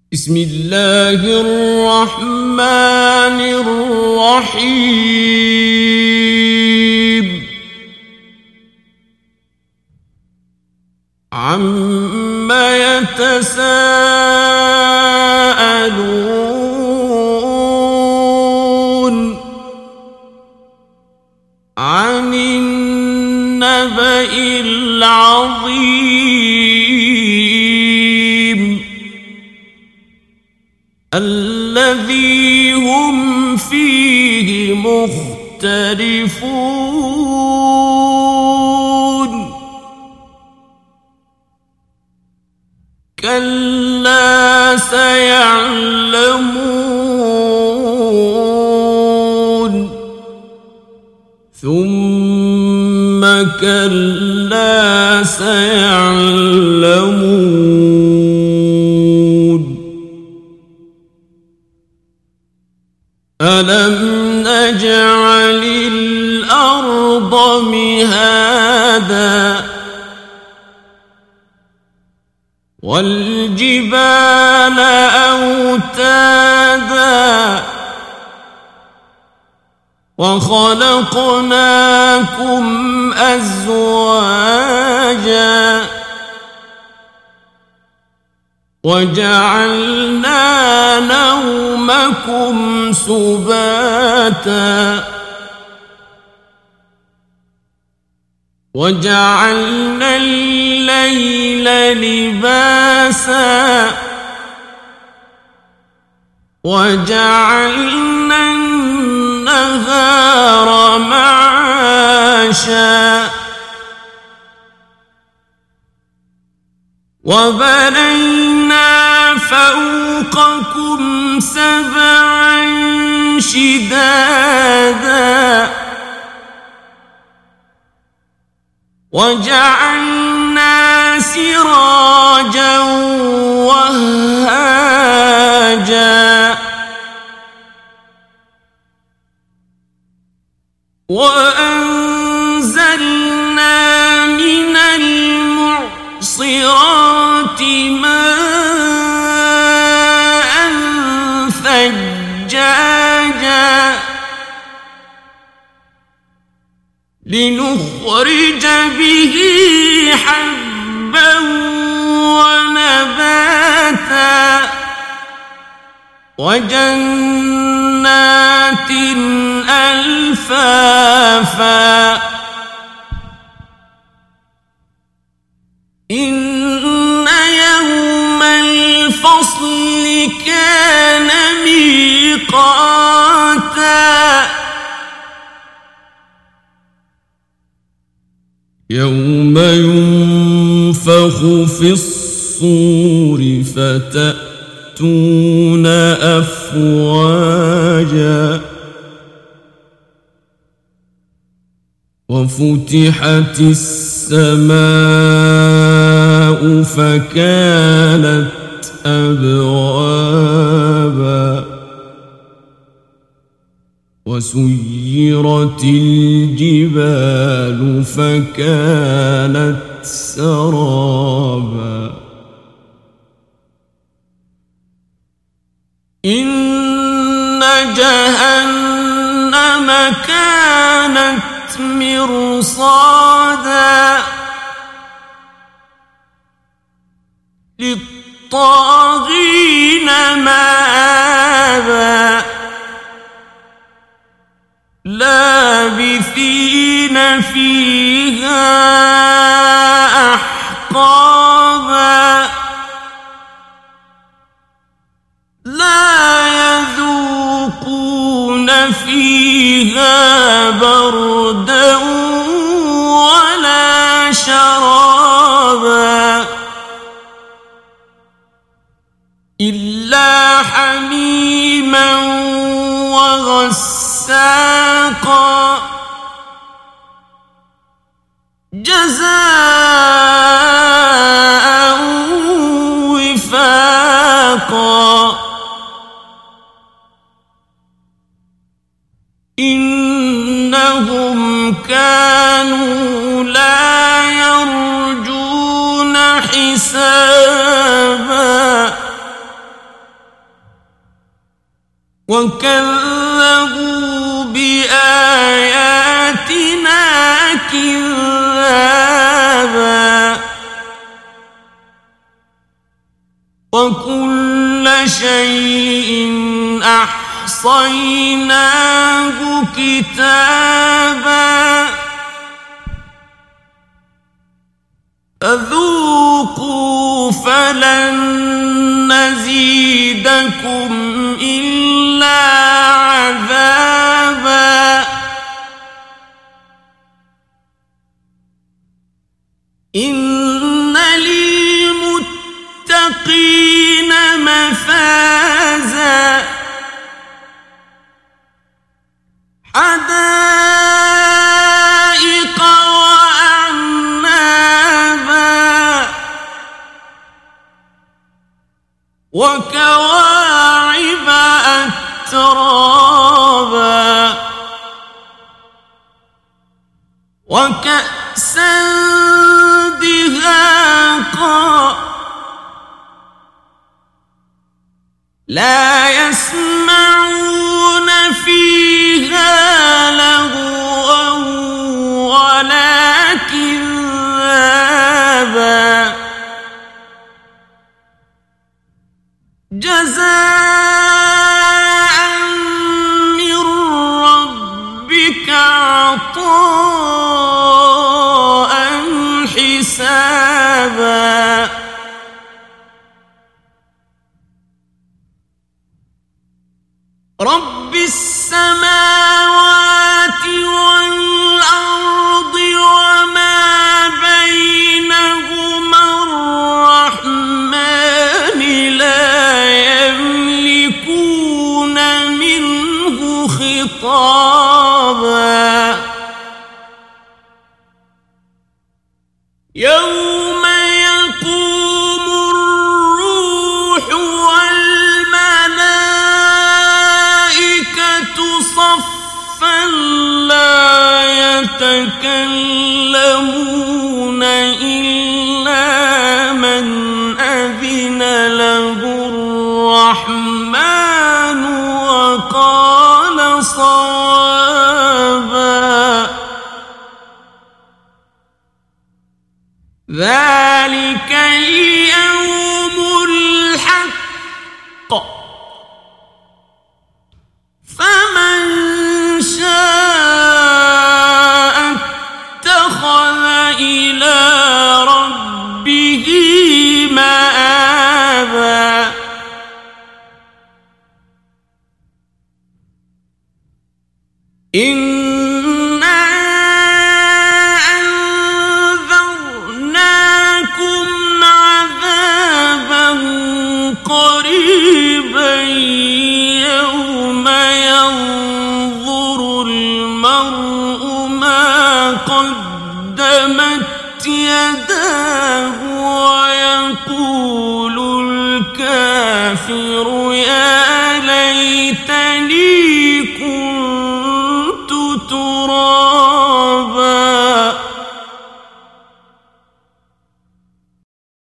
بسم الله الرحمن الرحيم عما يتساءلون عن النبأ العظيم الذي هم فيه مختلفون كلا سيعلمون ثم كلا سيعلمون ألم نجعل الأرض مهادا والجبال أوتادا وخلقناكم أزواجا وجعلنا نومكم سباتا وجعلنا الليل لباسا وجعلنا النهار معاشا وبنينا فوقكم سبعا شدادا وجعلنا سراجا وهاجا وأنزلنا من المعصرات ماء ثجاجا لنخرج به حبا ونباتا وجنات ألفافا إن يوم الفصل كان ميقاتا يوم ينفخ في الصور فتأتون أفواجا وفتحت السماء فكانت أبوابا وسيرت الجبال فكانت سرابا إن جهنم كانت مرصادا للطاغين مآبا لابثين فيها أحقابا لا يذوقون فيها بردا ولا شرابا إلا حميما وغساقا جزاء وفاقا إنهم كانوا لا يرجون حسابا وكذبوا بآياتنا كذابا وكل شيء أحصيناه كتابا فذوقوا فلن نزيدكم إلا عذابا إن للمتقين مفازا حدائق وأعنابا وكواعب أترابا وكأسا دهاقا لا يسمعون فيها لغوا ولا كذابا جزاء من ربك عطاء حسابا رب السماوات والأرض وما بينهما الرحمن لا يملكون منه خطابا يوم يقوم الروح والملائكة صفا لا يتكلمون إلا من أذن له الرحمن وقال صوابا ذلك اليوم الحق فمن شاء اتخذ إلى ربه مآبا إنا أنذرناكم عذابا قريبا يوم ينظر المرء ما قدمت يداه